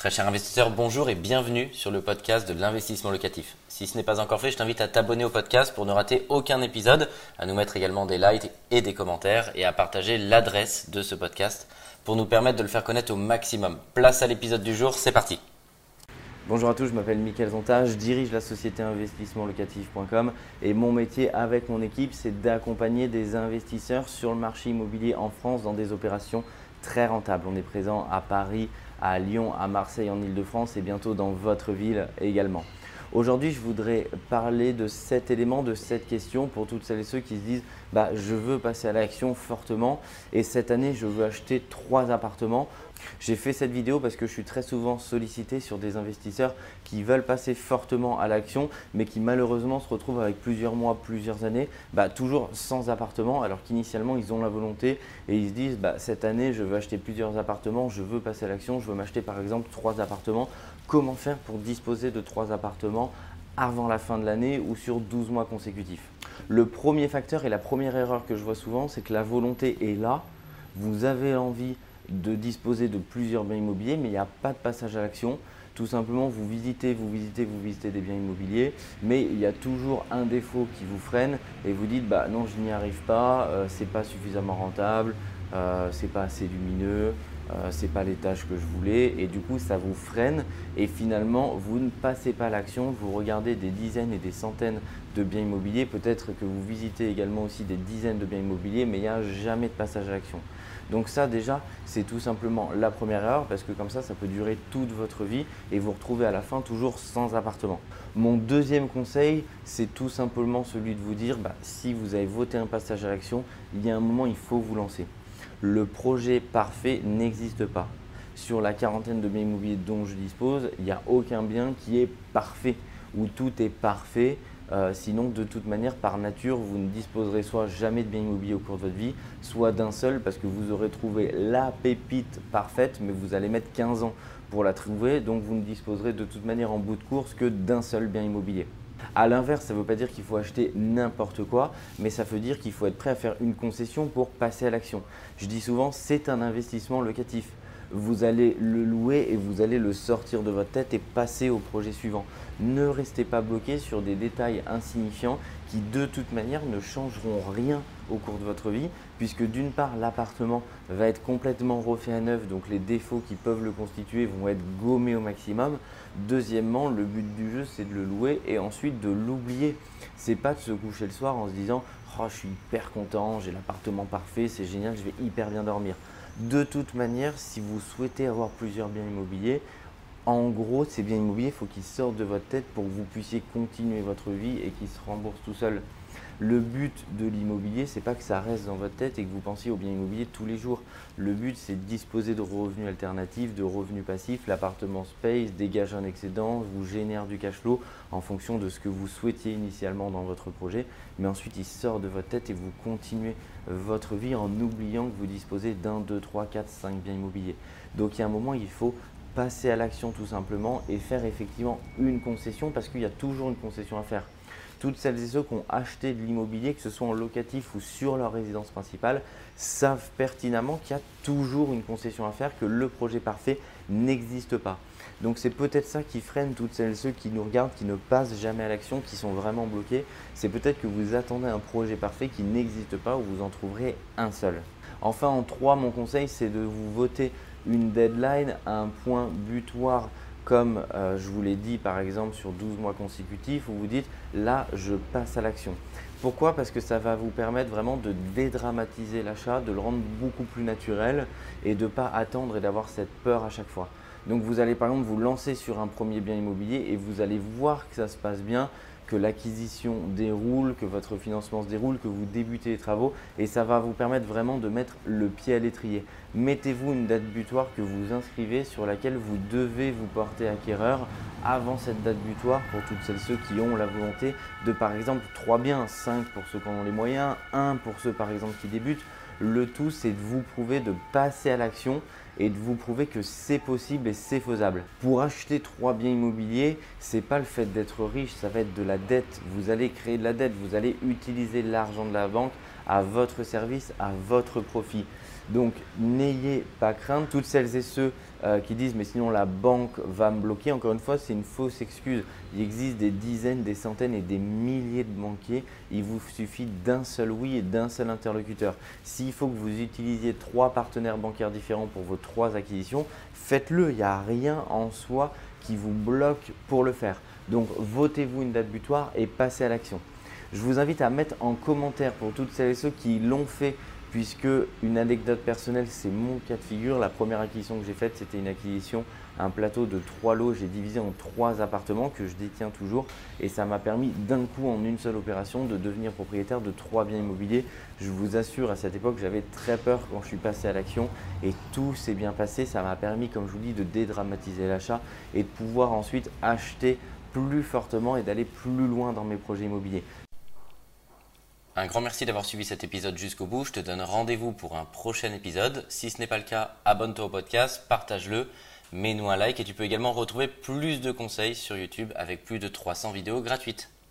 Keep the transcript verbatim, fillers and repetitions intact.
Très cher investisseur, bonjour et bienvenue sur le podcast de l'investissement locatif. Si ce n'est pas encore fait, je t'invite à t'abonner au podcast pour ne rater aucun épisode, à nous mettre également des likes et des commentaires et à partager l'adresse de ce podcast pour nous permettre de le faire connaître au maximum. Place à l'épisode du jour, c'est parti. Bonjour à tous, je m'appelle Mickaël Zonta, je dirige la société investissement locatif point com et mon métier avec mon équipe, c'est d'accompagner des investisseurs sur le marché immobilier en France dans des opérations très rentables. On est présent à Paris, à Lyon, à Marseille, en Ile-de-France et bientôt dans votre ville également. Aujourd'hui, je voudrais parler de cet élément, de cette question pour toutes celles et ceux qui se disent bah, « je veux passer à l'action fortement et cette année, je veux acheter trois appartements ». J'ai fait cette vidéo parce que je suis très souvent sollicité sur des investisseurs qui veulent passer fortement à l'action mais qui malheureusement se retrouvent avec plusieurs mois, plusieurs années, bah, toujours sans appartement alors qu'initialement ils ont la volonté et ils se disent bah, cette année je veux acheter plusieurs appartements, je veux passer à l'action, je veux m'acheter par exemple trois appartements. Comment faire pour disposer de trois appartements avant la fin de l'année ou sur douze mois consécutifs? Le premier facteur et la première erreur que je vois souvent, c'est que la volonté est là, vous avez envie de disposer de plusieurs biens immobiliers, mais il n'y a pas de passage à l'action. Tout simplement, vous visitez, vous visitez, vous visitez des biens immobiliers, mais il y a toujours un défaut qui vous freine et vous dites bah non, je n'y arrive pas, euh, c'est pas suffisamment rentable, euh, c'est pas assez lumineux, euh, c'est pas les tâches que je voulais et du coup ça vous freine et finalement vous ne passez pas à l'action, vous regardez des dizaines et des centaines de biens immobiliers, peut-être que vous visitez également aussi des dizaines de biens immobiliers, mais il n'y a jamais de passage à l'action. Donc ça déjà, c'est tout simplement la première erreur parce que comme ça, ça peut durer toute votre vie et vous retrouvez à la fin toujours sans appartement. Mon deuxième conseil, c'est tout simplement celui de vous dire bah, si vous avez voté un passage à l'action, il y a un moment, il faut vous lancer. Le projet parfait n'existe pas. Sur la quarantaine de biens immobiliers dont je dispose, il n'y a aucun bien qui est parfait ou tout est parfait. Euh, sinon, de toute manière, par nature, vous ne disposerez soit jamais de biens immobiliers au cours de votre vie, soit d'un seul parce que vous aurez trouvé la pépite parfaite, mais vous allez mettre quinze ans pour la trouver. Donc, vous ne disposerez de toute manière en bout de course que d'un seul bien immobilier. A l'inverse, ça ne veut pas dire qu'il faut acheter n'importe quoi, mais ça veut dire qu'il faut être prêt à faire une concession pour passer à l'action. Je dis souvent, c'est un investissement locatif. Vous allez le louer et vous allez le sortir de votre tête et passer au projet suivant. Ne restez pas bloqué sur des détails insignifiants qui de toute manière ne changeront rien au cours de votre vie puisque d'une part l'appartement va être complètement refait à neuf donc les défauts qui peuvent le constituer vont être gommés au maximum. Deuxièmement, le but du jeu c'est de le louer et ensuite de l'oublier. C'est pas de se coucher le soir en se disant oh, je suis hyper content, j'ai l'appartement parfait, c'est génial, je vais hyper bien dormir. De toute manière, si vous souhaitez avoir plusieurs biens immobiliers, en gros, ces biens immobiliers, il faut qu'ils sortent de votre tête pour que vous puissiez continuer votre vie et qu'ils se remboursent tout seuls. Le but de l'immobilier, ce n'est pas que ça reste dans votre tête et que vous pensiez aux biens immobiliers tous les jours. Le but, c'est de disposer de revenus alternatifs, de revenus passifs. L'appartement se paye, se dégage un excédent, vous génère du cash flow en fonction de ce que vous souhaitiez initialement dans votre projet. Mais ensuite, il sort de votre tête et vous continuez votre vie en oubliant que vous disposez d'un, deux, trois, quatre, cinq biens immobiliers. Donc, il y a un moment, il faut passer à l'action tout simplement et faire effectivement une concession parce qu'il y a toujours une concession à faire. Toutes celles et ceux qui ont acheté de l'immobilier, que ce soit en locatif ou sur leur résidence principale, savent pertinemment qu'il y a toujours une concession à faire, que le projet parfait n'existe pas. Donc c'est peut-être ça qui freine toutes celles et ceux qui nous regardent, qui ne passent jamais à l'action, qui sont vraiment bloqués. C'est peut-être que vous attendez un projet parfait qui n'existe pas ou vous en trouverez un seul. Enfin en trois, mon conseil c'est de vous voter une deadline à un point butoir comme euh, je vous l'ai dit par exemple sur douze mois consécutifs où vous dites là je passe à l'action. Pourquoi? Parce que ça va vous permettre vraiment de dédramatiser l'achat, de le rendre beaucoup plus naturel et de ne pas attendre et d'avoir cette peur à chaque fois. Donc vous allez par exemple vous lancer sur un premier bien immobilier et vous allez voir que ça se passe bien, que l'acquisition déroule, que votre financement se déroule, que vous débutez les travaux et ça va vous permettre vraiment de mettre le pied à l'étrier. Mettez-vous une date butoir que vous inscrivez sur laquelle vous devez vous porter acquéreur avant cette date butoir pour toutes celles et ceux qui ont la volonté de par exemple trois biens, cinq pour ceux qui en ont les moyens, un pour ceux par exemple qui débutent. Le tout, c'est de vous prouver de passer à l'action et de vous prouver que c'est possible et c'est faisable. Pour acheter trois biens immobiliers, ce n'est pas le fait d'être riche, ça va être de la dette. Vous allez créer de la dette, vous allez utiliser l'argent de la banque à votre service, à votre profit. Donc, n'ayez pas crainte. Toutes celles et ceux euh, qui disent mais sinon la banque va me bloquer. Encore une fois, c'est une fausse excuse. Il existe des dizaines, des centaines et des milliers de banquiers. Il vous suffit d'un seul oui et d'un seul interlocuteur. S'il faut que vous utilisiez trois partenaires bancaires différents pour vos trois acquisitions, faites-le. Il n'y a rien en soi qui vous bloque pour le faire. Donc votez-vous une date butoir et passez à l'action. Je vous invite à mettre en commentaire pour toutes celles et ceux qui l'ont fait, puisque une anecdote personnelle, c'est mon cas de figure. La première acquisition que j'ai faite, c'était une acquisition, un plateau de trois lots. J'ai divisé en trois appartements que je détiens toujours et ça m'a permis d'un coup, en une seule opération, de devenir propriétaire de trois biens immobiliers. Je vous assure, à cette époque, j'avais très peur quand je suis passé à l'action et tout s'est bien passé. Ça m'a permis, comme je vous dis, de dédramatiser l'achat et de pouvoir ensuite acheter plus fortement et d'aller plus loin dans mes projets immobiliers. Un grand merci d'avoir suivi cet épisode jusqu'au bout. Je te donne rendez-vous pour un prochain épisode. Si ce n'est pas le cas, abonne-toi au podcast, partage-le, mets-nous un like et tu peux également retrouver plus de conseils sur YouTube avec plus de trois cents vidéos gratuites.